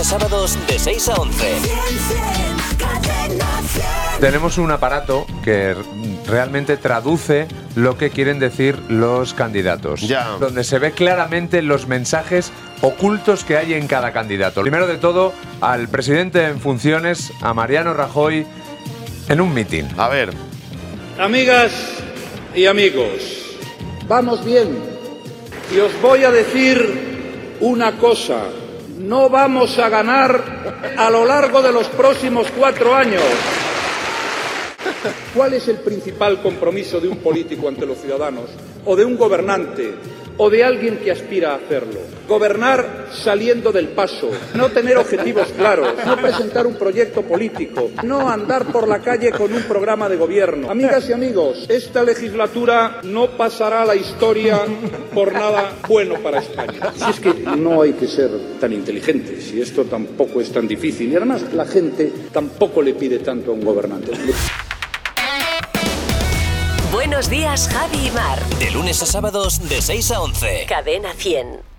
a sábados de 6 a 11. Tenemos un aparato que realmente traduce lo que quieren decir los candidatos. Ya. Donde se ve claramente los mensajes ocultos que hay en cada candidato. Primero de todo, al presidente en funciones, a Mariano Rajoy, en un mitin. A ver. Amigas y amigos, vamos bien. Y os voy a decir una cosa. No vamos a ganar a lo largo de los próximos 4 años. ¿Cuál es el principal compromiso de un político ante los ciudadanos, o de un gobernante, o de alguien que aspira a hacerlo? Gobernar saliendo del paso, no tener objetivos claros, no presentar un proyecto político, no andar por la calle con un programa de gobierno. Amigas y amigos, esta legislatura no pasará a la historia por nada bueno para España. Si es que no hay que ser tan inteligentes, y esto tampoco es tan difícil, y además la gente tampoco le pide tanto a un gobernante. Buenos días, Javi y Mar. De lunes a sábados de 6 a 11. Cadena 100.